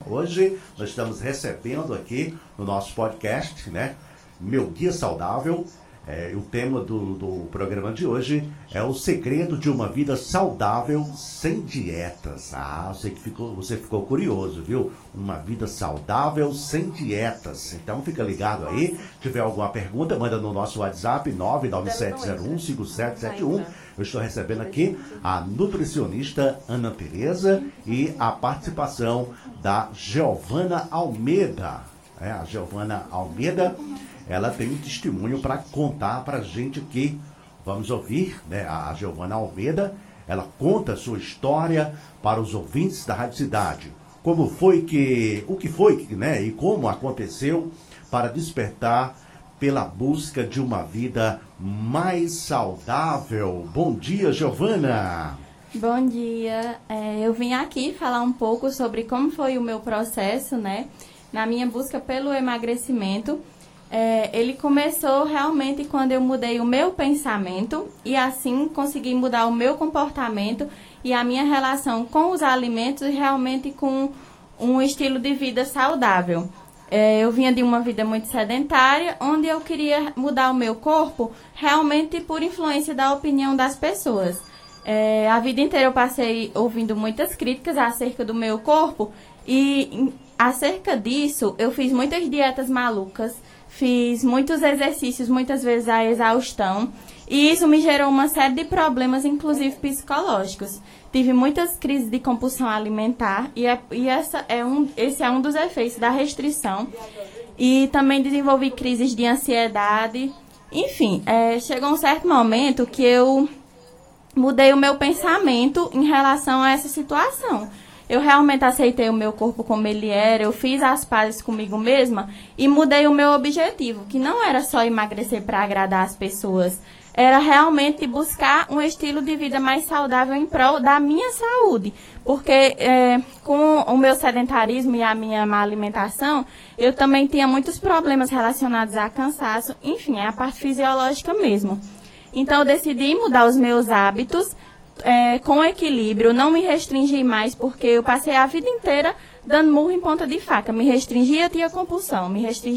Hoje nós estamos recebendo aqui no nosso podcast, né, Meu Guia Saudável. O tema do programa de hoje é o segredo de uma vida saudável sem dietas. Eu sei que você ficou curioso, viu? Uma vida saudável sem dietas. Então fica ligado aí. Se tiver alguma pergunta, manda no nosso WhatsApp 997015771. Eu estou recebendo aqui a nutricionista Ana Tereza e a participação da Giovana Almeida. A Giovana Almeida, ela tem um testemunho para contar para a gente aqui. Vamos ouvir, né? A Giovana Almeida, ela conta a sua história para os ouvintes da Rádio Cidade. O que foi, né? E como aconteceu para despertar pela busca de uma vida mais saudável. Bom dia, Giovana! Bom dia! Eu vim aqui falar um pouco sobre como foi o meu processo, né? Na minha busca pelo emagrecimento. Ele começou realmente quando eu mudei o meu pensamento e assim consegui mudar o meu comportamento e a minha relação com os alimentos e realmente com um estilo de vida saudável. Eu vinha de uma vida muito sedentária, onde eu queria mudar o meu corpo realmente por influência da opinião das pessoas. A vida inteira eu passei ouvindo muitas críticas acerca do meu corpo e acerca disso eu fiz muitas dietas malucas, fiz muitos exercícios, muitas vezes a exaustão, e isso me gerou uma série de problemas, inclusive psicológicos. Tive muitas crises de compulsão alimentar e esse é um dos efeitos da restrição. E também desenvolvi crises de ansiedade. Enfim, chegou um certo momento que eu mudei o meu pensamento em relação a essa situação. Eu realmente aceitei o meu corpo como ele era, eu fiz as pazes comigo mesma e mudei o meu objetivo, que não era só emagrecer para agradar as pessoas, era realmente buscar um estilo de vida mais saudável em prol da minha saúde. Porque com o meu sedentarismo e a minha má alimentação, eu também tinha muitos problemas relacionados a cansaço, enfim, é a parte fisiológica mesmo. Então eu decidi mudar os meus hábitos, com equilíbrio, não me restringir mais, porque eu passei a vida inteira dando murro em ponta de faca. Me restringia, tinha compulsão.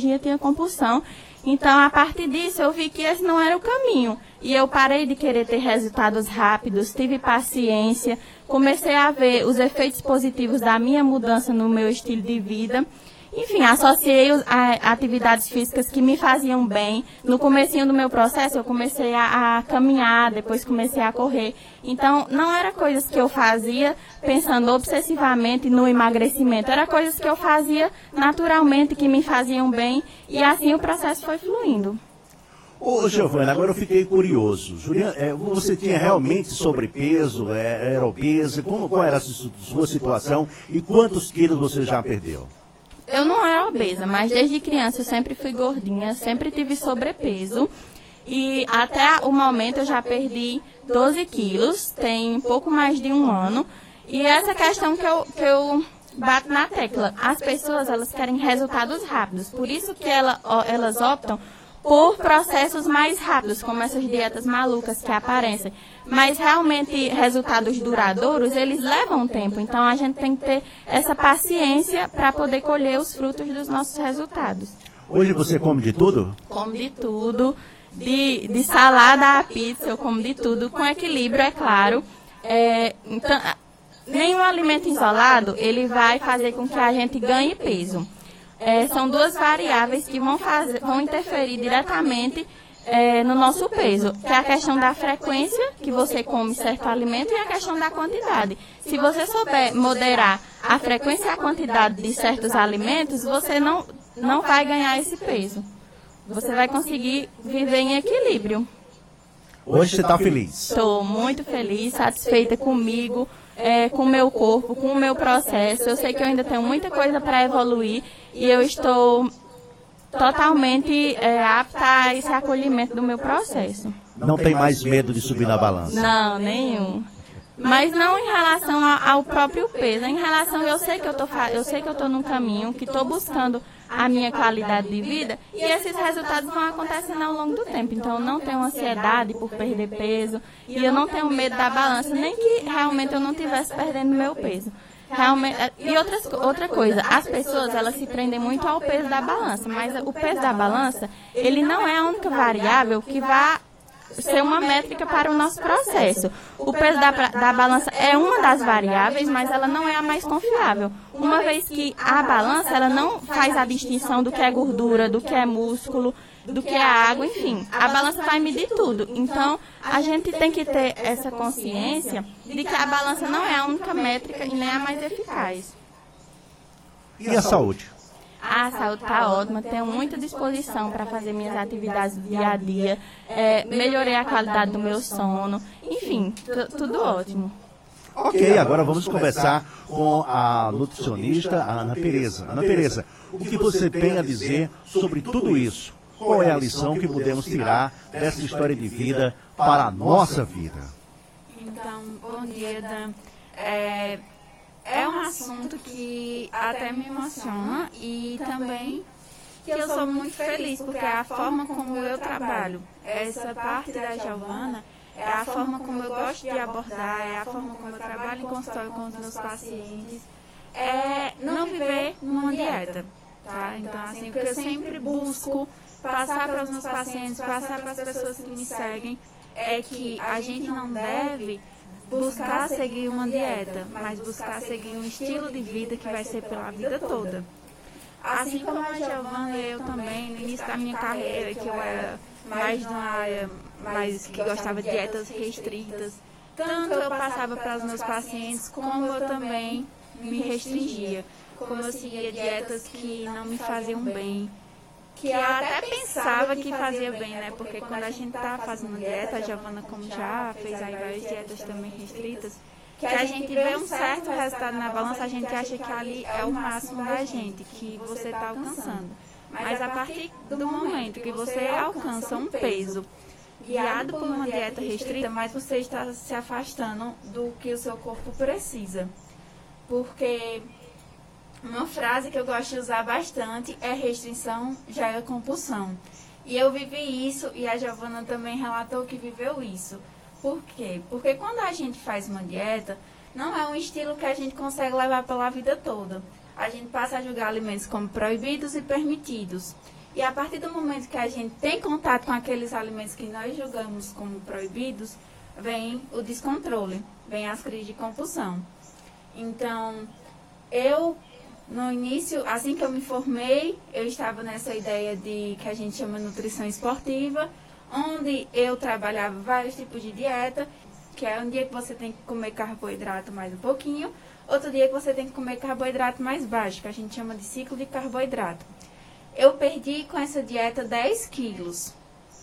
Então, a partir disso, eu vi que esse não era o caminho. E eu parei de querer ter resultados rápidos, tive paciência, comecei a ver os efeitos positivos da minha mudança no meu estilo de vida. Enfim, associei a atividades físicas que me faziam bem. No comecinho do meu processo, eu comecei a caminhar, depois comecei a correr. Então, não eram coisas que eu fazia pensando obsessivamente no emagrecimento. Eram coisas que eu fazia naturalmente, que me faziam bem. E assim o processo foi fluindo. Ô, Giovana, agora eu fiquei curioso. Juliana, você tinha realmente sobrepeso, era obesa? Qual era a sua situação e quantos quilos você já perdeu? Eu não era obesa, mas desde criança eu sempre fui gordinha, sempre tive sobrepeso. E até o momento eu já perdi 12 quilos, tem pouco mais de um ano. E essa questão que eu bato na tecla. As pessoas, elas querem resultados rápidos, por isso que elas optam por processos mais rápidos, como essas dietas malucas que aparecem. Mas realmente resultados duradouros, eles levam tempo. Então a gente tem que ter essa paciência para poder colher os frutos dos nossos resultados. Hoje você come de tudo? Como de tudo. De salada a pizza, eu como de tudo, com equilíbrio, é claro. Então, nenhum alimento isolado, ele vai fazer com que a gente ganhe peso. São duas variáveis que vão interferir diretamente no nosso peso, que é a questão da frequência que você come certo alimento e a questão da quantidade. Se você souber moderar a frequência e a quantidade de certos alimentos, você não vai ganhar esse peso. Você vai conseguir viver em equilíbrio. Hoje você está feliz? Estou muito feliz, satisfeita comigo, com o meu corpo, com o meu processo. Eu sei que eu ainda tenho muita coisa para evoluir e eu estou totalmente apta a esse acolhimento do meu processo. Não tem mais medo de subir na balança? Não, nenhum. Mas não em relação ao próprio peso. Em relação, eu sei que eu estou num caminho, que estou buscando a minha qualidade de vida e esses resultados vão acontecendo ao longo do tempo. Então, eu não tenho ansiedade por perder peso e eu não tenho medo da balança, nem que realmente eu não estivesse perdendo meu peso. realmente... E outra coisa, as pessoas, elas se prendem muito ao peso da balança, mas o peso da balança, ele não é a única variável que vai ser uma métrica para o nosso processo. O peso da balança é uma das variáveis, mas ela não é a mais confiável. Uma vez que a balança, ela não faz a distinção do que é gordura, do que é músculo, do que é água, enfim. A balança vai medir tudo. Então, a gente tem que ter essa consciência de que a balança não é a única métrica e nem a mais eficaz. E a saúde? A saúde está ótima, tenho muita disposição para fazer minhas atividades do dia a dia, melhorei a qualidade do meu sono, enfim, tudo ótimo. Ok, agora vamos conversar com a nutricionista Ana Tereza. Ana Tereza, o que você tem a dizer sobre tudo isso? Qual é a lição que podemos tirar dessa história de vida para a nossa vida? Então, bom dia, Dan. É um assunto que até me emociona e também que eu sou muito feliz, porque é a forma como eu trabalho. Essa parte da Giovana é a forma como eu gosto de abordar, é a forma como eu trabalho em consultório com os meus pacientes. É não viver numa dieta, tá? Então, assim, porque eu sempre busco passar para os meus pacientes, passar para as pessoas que me seguem, é que a gente não deve buscar seguir uma dieta, mas buscar seguir um estilo de vida que vai ser pela vida toda. Assim como a Giovana, eu também, no início da minha carreira, que eu era mais de uma área mais que gostava de dietas restritas, tanto eu passava para os meus pacientes, como eu também me restringia, como eu seguia dietas que não me faziam bem, que eu até pensava que fazia bem, né? Porque quando a gente tá fazendo dieta, a Giovana, como já fez aí várias dietas também restritas, que a gente vê um certo resultado na balança, a gente acha que ali é o máximo da gente, que você está alcançando. Mas a partir do momento que você alcança um peso guiado por uma dieta restrita, mas você está se afastando do que o seu corpo precisa. Porque uma frase que eu gosto de usar bastante é restrição gera compulsão. E eu vivi isso e a Giovana também relatou que viveu isso. Por quê? Porque quando a gente faz uma dieta, não é um estilo que a gente consegue levar pela vida toda. A gente passa a julgar alimentos como proibidos e permitidos. E a partir do momento que a gente tem contato com aqueles alimentos que nós julgamos como proibidos, vem o descontrole, vem as crises de compulsão. Então, no início, assim que eu me formei, eu estava nessa ideia de que a gente chama nutrição esportiva, onde eu trabalhava vários tipos de dieta, que é um dia que você tem que comer carboidrato mais um pouquinho, outro dia que você tem que comer carboidrato mais baixo, que a gente chama de ciclo de carboidrato. Eu perdi com essa dieta 10 quilos.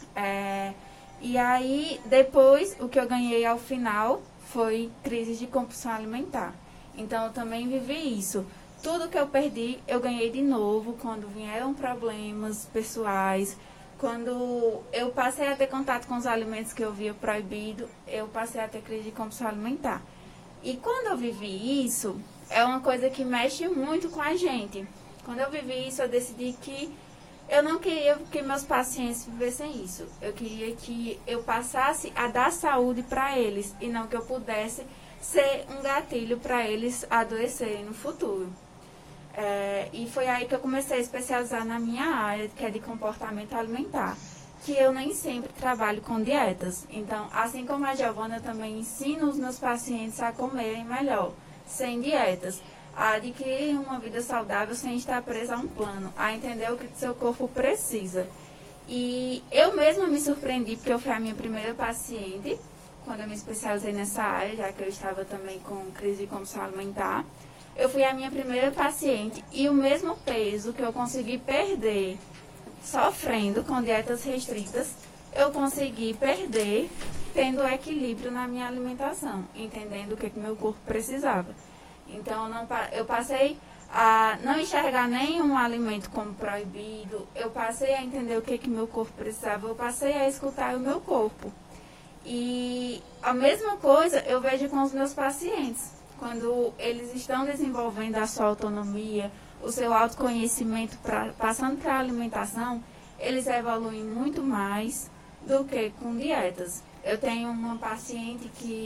E aí, depois, o que eu ganhei ao final foi crise de compulsão alimentar. Então, eu também vivi isso. Tudo que eu perdi, eu ganhei de novo quando vieram problemas pessoais. Quando eu passei a ter contato com os alimentos que eu via proibido, eu passei a ter crise de compulsão alimentar. E quando eu vivi isso, é uma coisa que mexe muito com a gente. Quando eu vivi isso, eu decidi que eu não queria que meus pacientes vivessem isso. Eu queria que eu passasse a dar saúde para eles e não que eu pudesse ser um gatilho para eles adoecerem no futuro. E foi aí que eu comecei a especializar na minha área, que é de comportamento alimentar, que eu nem sempre trabalho com dietas. Então, assim como a Giovana, eu também ensino os meus pacientes a comerem melhor, sem dietas, a adquirir uma vida saudável sem estar presa a um plano, a entender o que o seu corpo precisa. E eu mesma me surpreendi, porque eu fui a minha primeira paciente, quando eu me especializei nessa área, já que eu estava também com crise de compulsão alimentar. Eu fui a minha primeira paciente e o mesmo peso que eu consegui perder sofrendo com dietas restritas, eu consegui perder tendo equilíbrio na minha alimentação, entendendo o que meu corpo precisava. Então, eu passei a não enxergar nenhum alimento como proibido, eu passei a entender o que meu corpo precisava, eu passei a escutar o meu corpo. E a mesma coisa eu vejo com os meus pacientes. Quando eles estão desenvolvendo a sua autonomia, o seu autoconhecimento, passando para a alimentação, eles evoluem muito mais do que com dietas. Eu tenho uma paciente que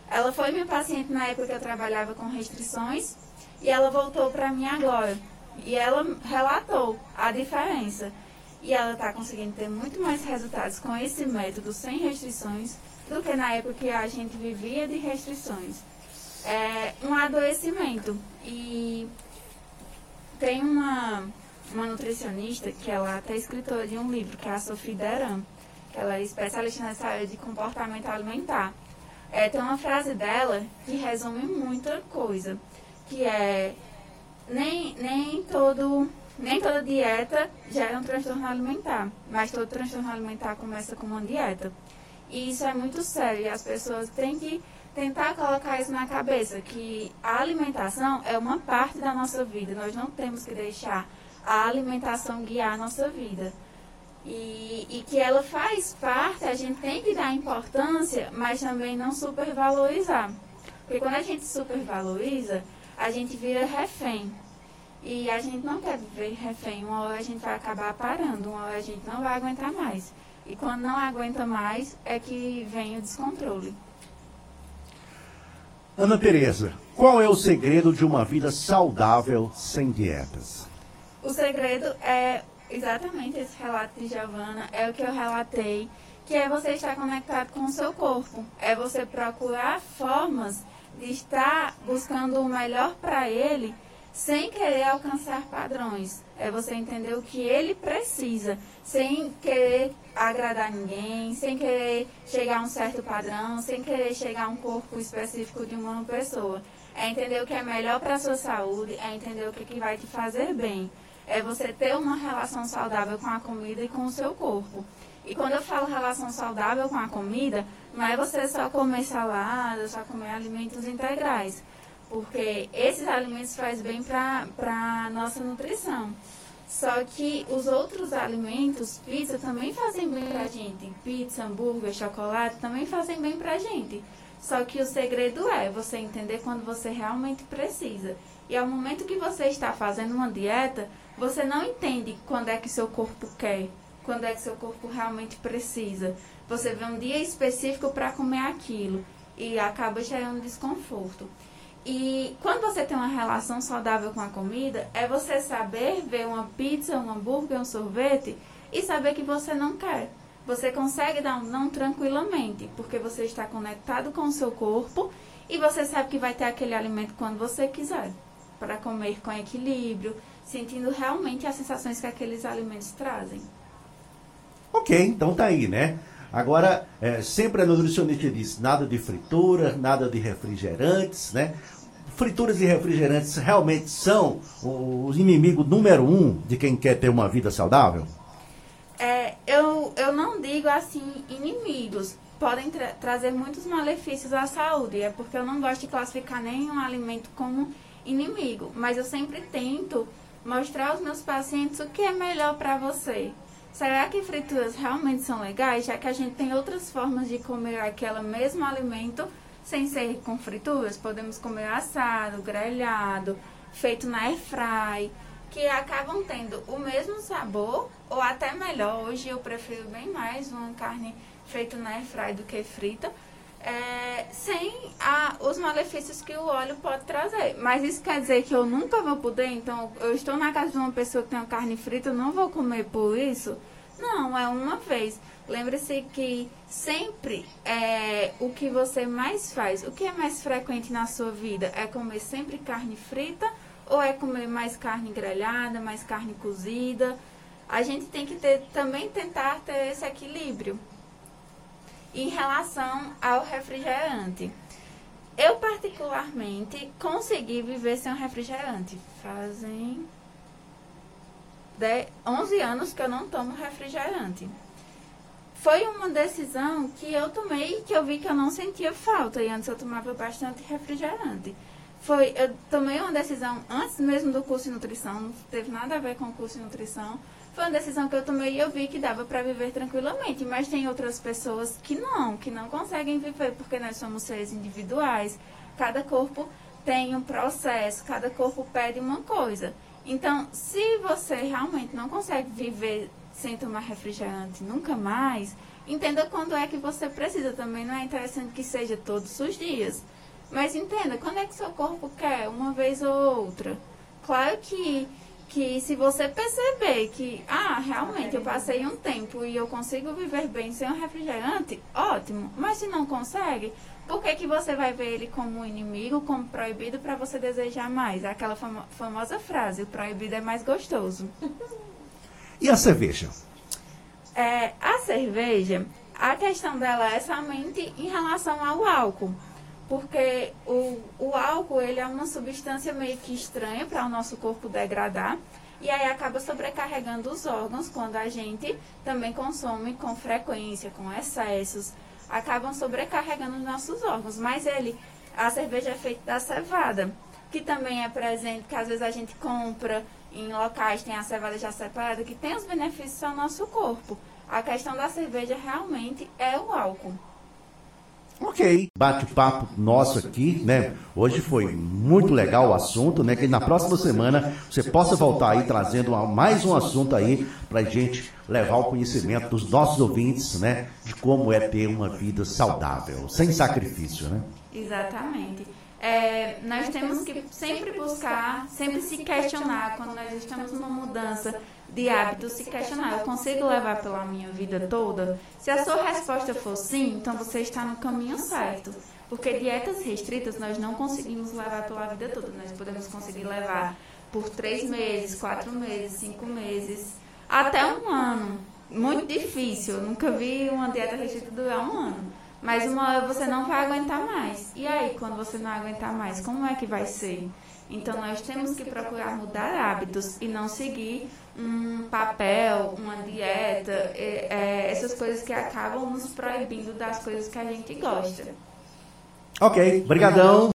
Ela foi minha paciente na época que eu trabalhava com restrições e ela voltou para mim agora. E ela relatou a diferença. E ela está conseguindo ter muito mais resultados com esse método sem restrições do que na época que a gente vivia de restrições. É um adoecimento. E tem uma nutricionista que ela até é escritora de um livro, que é a Sophie Deran, que ela é especialista nessa área de comportamento alimentar. Tem uma frase dela que resume muita coisa, que é nem toda dieta gera um transtorno alimentar, mas todo transtorno alimentar começa com uma dieta. E isso é muito sério e as pessoas têm que tentar colocar isso na cabeça, que a alimentação é uma parte da nossa vida, nós não temos que deixar a alimentação guiar a nossa vida. E que ela faz parte, a gente tem que dar importância, mas também não supervalorizar. Porque quando a gente supervaloriza, a gente vira refém. E a gente não quer viver refém. Uma hora a gente vai acabar parando, uma hora a gente não vai aguentar mais. E quando não aguenta mais, é que vem o descontrole. Ana Tereza, qual é o segredo de uma vida saudável sem dietas? O segredo é exatamente esse relato de Giovana, é o que eu relatei, que é você estar conectado com o seu corpo. É você procurar formas de estar buscando o melhor para ele, sem querer alcançar padrões. É você entender o que ele precisa, sem querer agradar ninguém, sem querer chegar a um certo padrão, sem querer chegar a um corpo específico de uma pessoa. É entender o que é melhor para a sua saúde, é entender o que vai te fazer bem. É você ter uma relação saudável com a comida e com o seu corpo. E quando eu falo relação saudável com a comida, não é você só comer salada, só comer alimentos integrais. Porque esses alimentos fazem bem para a nossa nutrição. Só que os outros alimentos, pizza, também fazem bem para a gente. Pizza, hambúrguer, chocolate, também fazem bem para a gente. Só que o segredo é você entender quando você realmente precisa. E ao momento que você está fazendo uma dieta, você não entende quando é que seu corpo quer, quando é que seu corpo realmente precisa. Você vê um dia específico para comer aquilo e acaba gerando desconforto. E quando você tem uma relação saudável com a comida, é você saber ver uma pizza, um hambúrguer, um sorvete e saber que você não quer. Você consegue dar um não tranquilamente, porque você está conectado com o seu corpo e você sabe que vai ter aquele alimento quando você quiser, para comer com equilíbrio, sentindo realmente as sensações que aqueles alimentos trazem. Ok, então tá aí, né? Agora, sempre a nutricionista diz, nada de fritura, nada de refrigerantes, né? Frituras e refrigerantes realmente são os inimigos número 1 de quem quer ter uma vida saudável? Eu não digo assim inimigos. Podem trazer muitos malefícios à saúde. É porque eu não gosto de classificar nenhum alimento como inimigo. Mas eu sempre tento mostrar aos meus pacientes o que é melhor para você. Será que frituras realmente são legais? Já que a gente tem outras formas de comer aquele mesmo alimento sem ser com frituras. Podemos comer assado, grelhado, feito na airfry, que acabam tendo o mesmo sabor ou até melhor. Hoje eu prefiro bem mais uma carne feita na airfry do que frita, sem os malefícios que o óleo pode trazer. Mas isso quer dizer que eu nunca vou poder? Então, eu estou na casa de uma pessoa que tem uma carne frita, eu não vou comer por isso? Não, é uma vez. Lembre-se que sempre o que você mais faz, o que é mais frequente na sua vida? É comer sempre carne frita ou é comer mais carne grelhada, mais carne cozida? A gente tem que também tentar ter esse equilíbrio. Em relação ao refrigerante, eu particularmente consegui viver sem um refrigerante. Fazem 11 anos que eu não tomo refrigerante. Foi uma decisão que eu tomei, que eu vi que eu não sentia falta. E antes eu tomava bastante refrigerante. Eu tomei uma decisão antes mesmo do curso de nutrição, não teve nada a ver com o curso de nutrição. Foi uma decisão que eu tomei e eu vi que dava para viver tranquilamente. Mas tem outras pessoas que não conseguem viver, porque nós somos seres individuais. Cada corpo tem um processo, cada corpo pede uma coisa. Então, se você realmente não consegue viver sem tomar refrigerante nunca mais, Entenda quando é que você precisa. Também não é interessante que seja todos os dias. Mas entenda, quando é que seu corpo quer? Uma vez ou outra. Claro que se você perceber que, realmente eu passei um tempo e eu consigo viver bem sem um refrigerante, ótimo. Mas se não consegue, por que você vai ver ele como um inimigo, como proibido, para você desejar mais? Aquela famosa frase, o proibido é mais gostoso. E a cerveja? A cerveja, a questão dela é somente em relação ao álcool. Porque o álcool, ele é uma substância meio que estranha para o nosso corpo degradar. E aí acaba sobrecarregando os órgãos quando a gente também consome com frequência, com excessos. Acabam sobrecarregando os nossos órgãos. Mas a cerveja é feita da cevada, que também é presente, que às vezes a gente compra em locais, tem a cevada já separada, que tem os benefícios ao nosso corpo. A questão da cerveja realmente é o álcool. Ok, bate-papo nosso aqui, né? Hoje foi muito legal o assunto, né? Que na próxima semana você possa voltar aí trazendo mais um assunto aí pra gente levar o conhecimento dos nossos ouvintes, né? De como é ter uma vida saudável, sem sacrifício, né? Exatamente. Nós temos que sempre buscar, sempre se questionar quando nós estamos numa mudança de hábitos, se questionar, eu consigo levar pela minha vida toda? Se a sua resposta for sim, então você está no caminho certo. Porque dietas restritas nós não conseguimos levar pela vida toda. Nós podemos conseguir levar por 3 meses, 4 meses, 5 meses, até um ano. Muito difícil. Eu nunca vi uma dieta restrita durar um ano. Mas uma hora você não vai aguentar mais. E aí, quando você não aguentar mais, como é que vai ser? Então, nós temos que procurar mudar hábitos e não seguir um papel, uma dieta, essas coisas que acabam nos proibindo das coisas que a gente gosta. Ok, brigadão.